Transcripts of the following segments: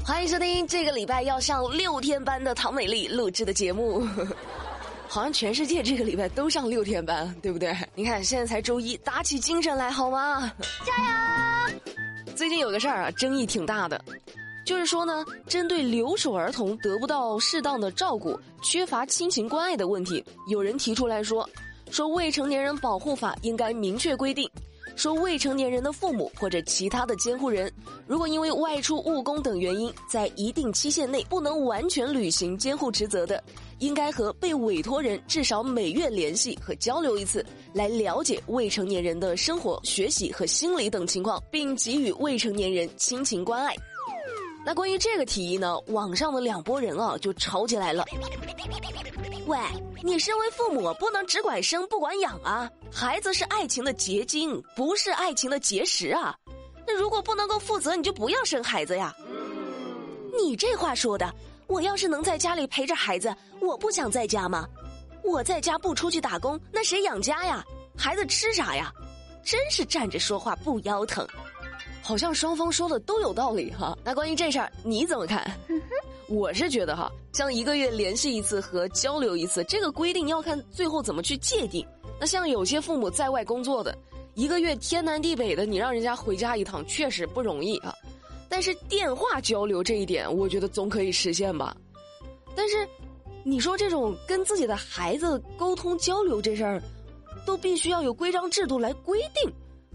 欢迎收听这个礼拜要上6天班的唐美丽录制的节目。好像全世界这个礼拜都上6天班，对不对？你看现在才周一，打起精神来好吗？加油！最近有个事儿啊，争议挺大的，就是说呢，针对留守儿童得不到适当的照顾、缺乏亲情关爱的问题，有人提出来说未成年人保护法应该明确规定，说未成年人的父母或者其他的监护人，如果因为外出务工等原因，在一定期限内不能完全履行监护职责的，应该和被委托人至少每月联系和交流一次，来了解未成年人的生活、学习和心理等情况，并给予未成年人亲情关爱。那关于这个提议呢，网上的两拨人啊就吵起来了。喂，你身为父母不能只管生不管养啊，孩子是爱情的结晶，不是爱情的结石啊。那如果不能够负责，你就不要生孩子呀。你这话说的，我要是能在家里陪着孩子，我不想在家吗？我在家不出去打工，那谁养家呀？孩子吃啥呀？真是站着说话不腰疼。好像双方说的都有道理哈。那关于这事儿你怎么看？我是觉得哈，像1个月联系一次和交流一次，这个规定要看最后怎么去界定。那像有些父母在外工作的，1个月天南地北的，你让人家回家一趟确实不容易啊。但是电话交流这一点，我觉得总可以实现吧。但是你说这种跟自己的孩子沟通交流这事儿，都必须要有规章制度来规定。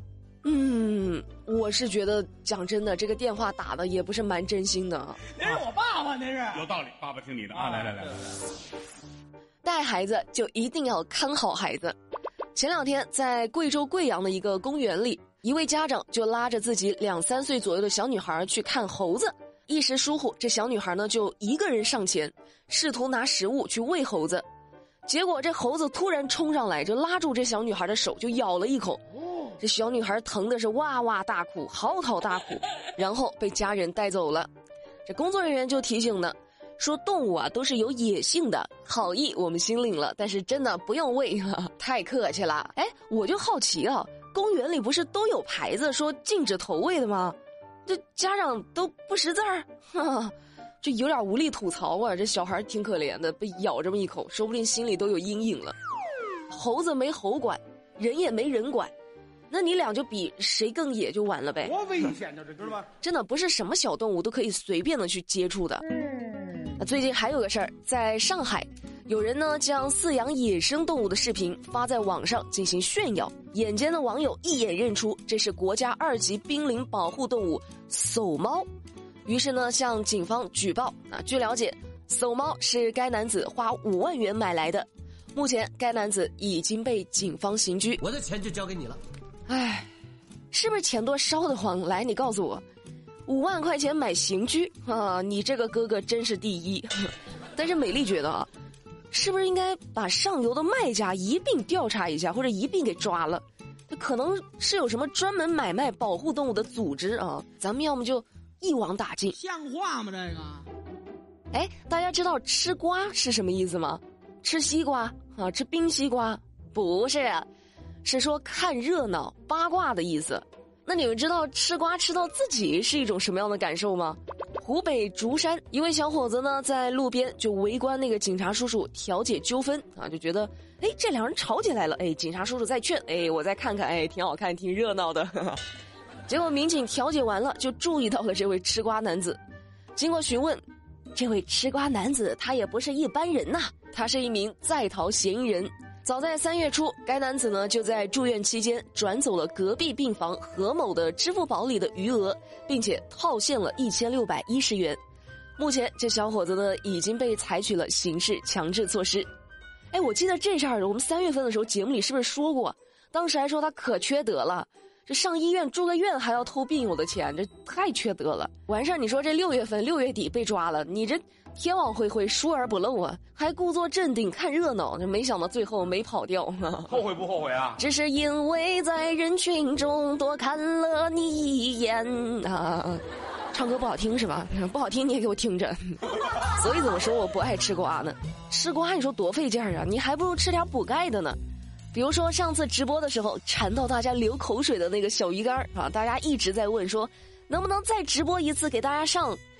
我是觉得讲真的，这个电话打的也不是蛮真心的。 那是我爸爸，那是有道理，爸爸听你的啊！来， 带孩子就一定要看好孩子。前2天在贵州贵阳的一个公园里，一位家长就拉着自己2、3岁左右的小女孩去看猴子，一时疏忽，这小女孩呢就一个人上前，试图拿食物去喂猴子，结果这猴子突然冲上来，就拉住这小女孩的手就咬了一口。这小女孩疼的是哇哇大哭，嚎啕大哭，然后被家人带走了。这工作人员就提醒呢，说动物啊都是有野性的，好意我们心领了，但是真的不用喂啊，太客气了。我就好奇啊，公园里不是都有牌子说禁止投喂的吗？这家长都不识字儿，这有点无力吐槽啊。这小孩挺可怜的，被咬这么一口，说不定心里都有阴影了。猴子没猴管，人也没人管，那你俩就比谁更野就完了呗。 多危险呢，这知道吗？ 真的不是什么小动物都可以随便的去接触的。那最近还有个事儿，在上海，有人呢将饲养野生动物的视频发在网上进行炫耀，眼尖的网友一眼认出这是国家2级濒临保护动物搜猫，于是呢向警方举报。据了解，搜猫是该男子花5万元买来的，目前该男子已经被警方刑拘。 我的钱就交给你了。 是不是钱多烧得慌？来，你告诉我，5万块钱买刑拘啊！你这个哥哥真是第一。但是美丽觉得啊，是不是应该把上游的卖家一并调查一下，或者一并给抓了？可能是有什么专门买卖保护动物的组织啊，咱们要么就一网打尽。 像话吗？这个？ 大家知道吃瓜是什么意思吗？吃西瓜啊，吃冰西瓜？不是啊，是说看热闹、八卦的意思。那你们知道吃瓜吃到自己是一种什么样的感受吗？湖北竹山一位小伙子呢，在路边就围观那个警察叔叔调解纠纷啊，就觉得这2人吵起来了，警察叔叔在劝，我再看看，挺好看，挺热闹的。结果民警调解完了，就注意到了这位吃瓜男子。经过询问，这位吃瓜男子他也不是一般人呐，他是一名在逃嫌疑人。早在3月初，该男子呢就在住院期间转走了隔壁病房何某的支付宝里的余额，并且套现了1610元。目前这小伙子呢已经被采取了刑事强制措施。我记得这事儿我们3月份的时候节目里是不是说过？当时还说他可缺德了，这上医院住个院还要偷病友的钱，这太缺德了。完事儿你说这6月份6月底被抓了，你这天网恢恢疏而不漏啊，还故作镇定看热闹，没想到最后没跑掉。 后悔不后悔啊？ 只是因为在人群中多看了你一眼啊。唱歌不好听是吧？不好听你也给我听着。所以怎么说我不爱吃瓜呢？吃瓜你说多费劲儿啊，你还不如吃点补钙的呢。比如说上次直播的时候馋到大家流口水的那个小鱼干啊，大家一直在问说能不能再直播一次给大家上。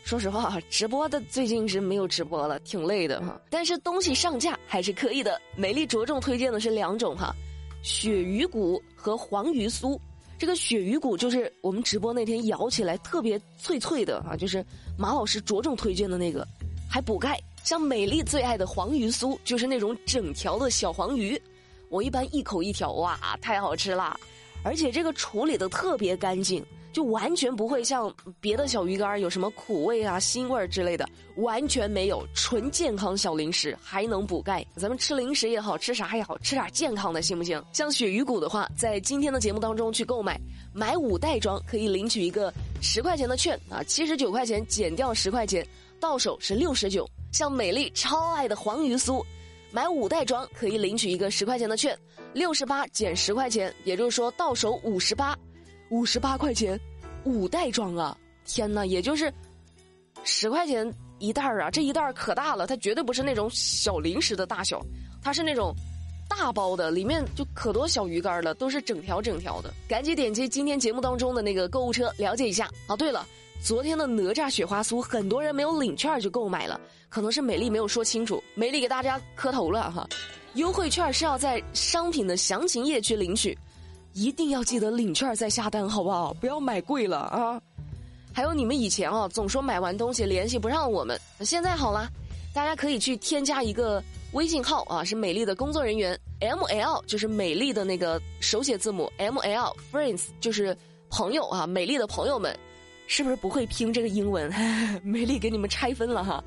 说实话，直播的最近是没有直播了，挺累的哈。但是东西上架还是可以的。美丽着重推荐的是2种哈，鳕鱼骨和黄鱼酥。这个鳕鱼骨就是我们直播那天咬起来特别脆脆的啊，就是马老师着重推荐的那个，还补钙。像美丽最爱的黄鱼酥，就是那种整条的小黄鱼，我一般一口一条，哇，太好吃了！而且这个处理的特别干净，就完全不会像别的小鱼干有什么苦味啊、腥味之类的，完全没有，纯健康小零食，还能补钙。咱们吃零食也好，吃啥也好，吃点健康的行不行？像鳕鱼骨的话，在今天的节目当中去购买，买5袋装可以领取一个10块钱的券啊，79块钱减掉10块钱，到手是69。像美丽超爱的黄鱼酥，买5袋装可以领取一个10块钱的券，68减10块钱，也就是说到手58块钱，5袋装啊！天哪，也就是10块钱一袋啊！这一袋可大了，它绝对不是那种小零食的大小，它是那种大包的，里面就可多小鱼干了，都是整条整条的。赶紧点击今天节目当中的那个购物车了解一下啊！对了，昨天的哪吒雪花酥，很多人没有领券就购买了，可能是美丽没有说清楚，美丽给大家磕头了哈。优惠券是要在商品的详情页去领取，一定要记得领券再下单，好不好？不要买贵了啊！还有你们以前啊，总说买完东西联系不上我们，现在好了，大家可以去添加一个微信号啊，是美丽的工作人员 ML， 就是美丽的那个手写字母 ML Friends， 就是朋友啊，美丽的朋友们。是不是不会拼这个英文？美丽给你们拆分了哈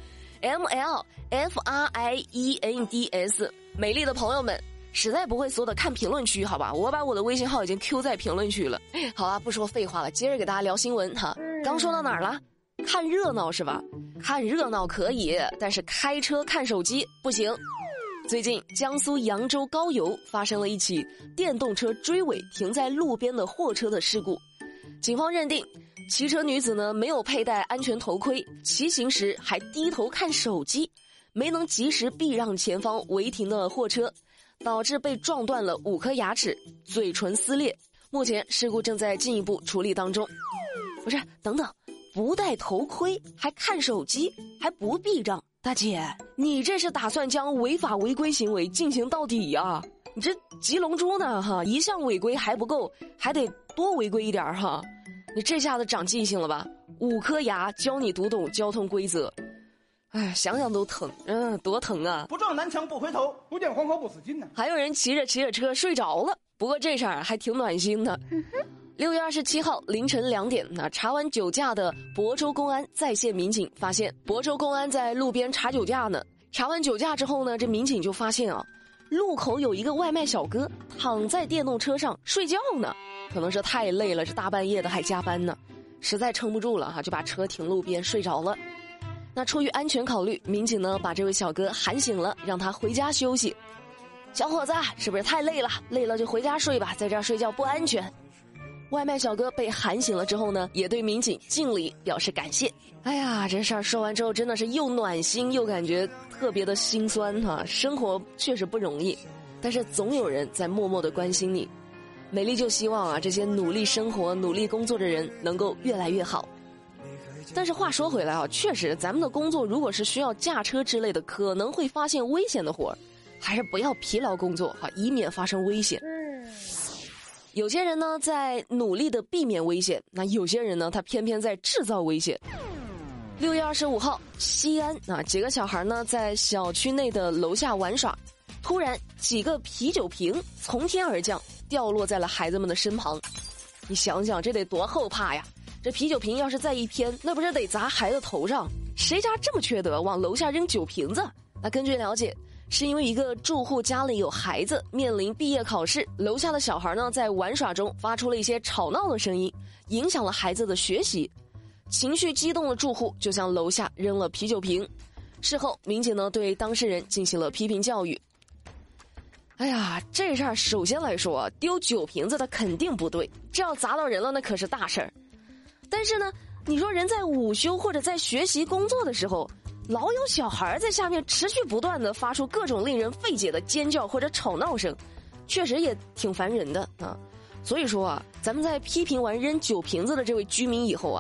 ，MLFRIENDS， 美丽的朋友们，实在不会所有的看评论区，好吧？我把我的微信号已经 Q 在评论区了。好啊，不说废话了，接着给大家聊新闻哈。刚说到哪儿了？看热闹是吧？看热闹可以，但是开车看手机不行。最近，江苏扬州高邮发生了一起电动车追尾停在路边的货车的事故，警方认定。骑车女子呢没有佩戴安全头盔，骑行时还低头看手机，没能及时避让前方违停的货车，导致被撞断了5颗牙齿，嘴唇撕裂。目前事故正在进一步处理当中。不是，等等，不戴头盔还看手机还不避让，大姐，你这是打算将违法违规行为进行到底呀？你这急龙珠呢哈，一项违规还不够，还得多违规一点哈。你这下子长记性了吧？5颗牙教你读懂交通规则，哎，想想都疼，多疼啊！ 不撞南墙不回头，不见黄河不死心呢。 还有人骑着车睡着了，不过这事儿还挺暖心的。6月27号凌晨2点，查完酒驾的亳州公安在线民警发现，亳州公安在路边查酒驾呢。查完酒驾之后呢，这民警就发现啊，路口有一个外卖小哥躺在电动车上睡觉呢。可能是太累了，这大半夜的还加班呢，实在撑不住了哈，就把车停路边睡着了。那出于安全考虑，民警呢把这位小哥喊醒了，让他回家休息。小伙子，是不是太累了？累了就回家睡吧，在这儿睡觉不安全。外卖小哥被喊醒了之后呢，也对民警敬礼表示感谢。哎呀，这事儿说完之后真的是又暖心又感觉特别的心酸哈。生活确实不容易，但是总有人在默默的关心你。美丽就希望啊，这些努力生活、努力工作的人能够越来越好。但是话说回来啊，确实咱们的工作如果是需要驾车之类的，可能会发现危险的活儿，还是不要疲劳工作哈，以免发生危险。有些人呢在努力的避免危险，那有些人呢他偏偏在制造危险。6月25号，西安几个小孩呢在小区内的楼下玩耍，突然几个啤酒瓶从天而降，掉落在了孩子们的身旁。你想想这得多后怕呀，这啤酒瓶要是再一偏，那不是得砸孩子头上？谁家这么缺德往楼下扔酒瓶子？那根据了解，是因为一个住户家里有孩子面临毕业考试，楼下的小孩呢在玩耍中发出了一些吵闹的声音，影响了孩子的学习。情绪激动的住户就向楼下扔了啤酒瓶。事后民警呢对当事人进行了批评教育。哎呀，这事儿首先来说，丢酒瓶子的肯定不对，这要砸到人了那可是大事儿。但是呢，你说人在午休或者在学习工作的时候，老有小孩在下面持续不断的发出各种令人费解的尖叫或者吵闹声，确实也挺烦人的啊。所以说啊，咱们在批评完扔酒瓶子的这位居民以后啊，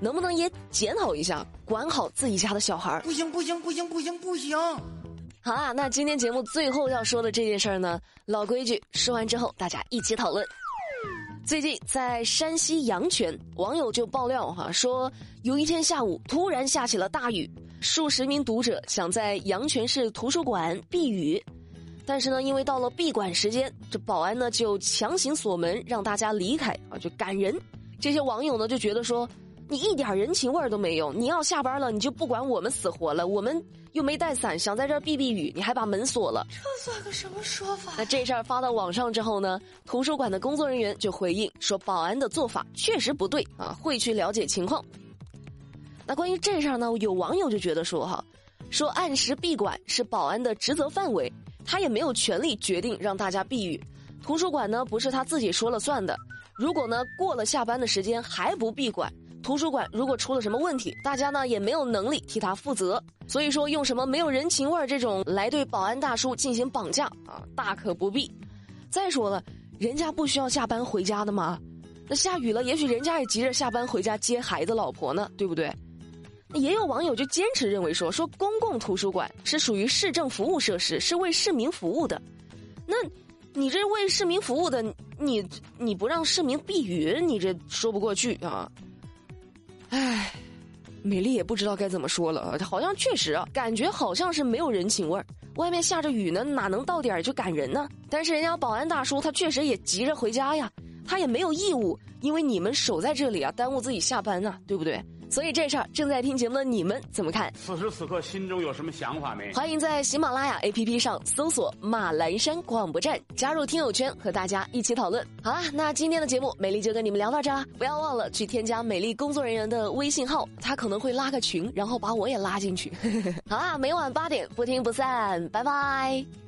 能不能也检讨一下，管好自己家的小孩？ 不行！ 好啊，那今天节目最后要说的这件事儿呢，老规矩，说完之后大家一起讨论。最近在山西阳泉，网友就爆料说有一天下午突然下起了大雨，数十名读者想在阳泉市图书馆避雨，但是呢，因为到了闭馆时间，这保安呢就强行锁门让大家离开就赶人。这些网友呢就觉得说，你一点人情味都没有，你要下班了你就不管我们死活了，我们又没带伞，想在这儿避雨，你还把门锁了， 这算个什么说法？ 那这事儿发到网上之后呢，图书馆的工作人员就回应说，保安的做法确实不对会去了解情况。那关于这事儿呢，有网友就觉得说按时闭馆是保安的职责范围，他也没有权利决定让大家避雨，图书馆呢不是他自己说了算的，如果呢过了下班的时间还不闭馆，图书馆如果出了什么问题，大家呢也没有能力替他负责，所以说用什么没有人情味这种来对保安大叔进行绑架大可不必。再说了，人家不需要下班回家的吗？那下雨了，也许人家也急着下班回家接孩子老婆呢，对不对？也有网友就坚持认为说公共图书馆是属于市政服务设施，是为市民服务的，那你这为市民服务的，你不让市民避雨，你这说不过去啊。唉，美丽也不知道该怎么说了，好像确实感觉好像是没有人情味儿。外面下着雨呢，哪能到点就赶人呢？但是人家保安大叔他确实也急着回家呀，他也没有义务因为你们守在这里耽误自己下班对不对？所以这事儿正在听节目的你们怎么看？ 此时此刻心中有什么想法没？ 欢迎在喜马拉雅 APP 上搜索马栏山广播站，加入听友圈和大家一起讨论。好啦，那今天的节目美丽就跟你们聊到这儿，不要忘了去添加美丽工作人员的微信号，她可能会拉个群，然后把我也拉进去。好啦，每晚8点不听不散，拜拜。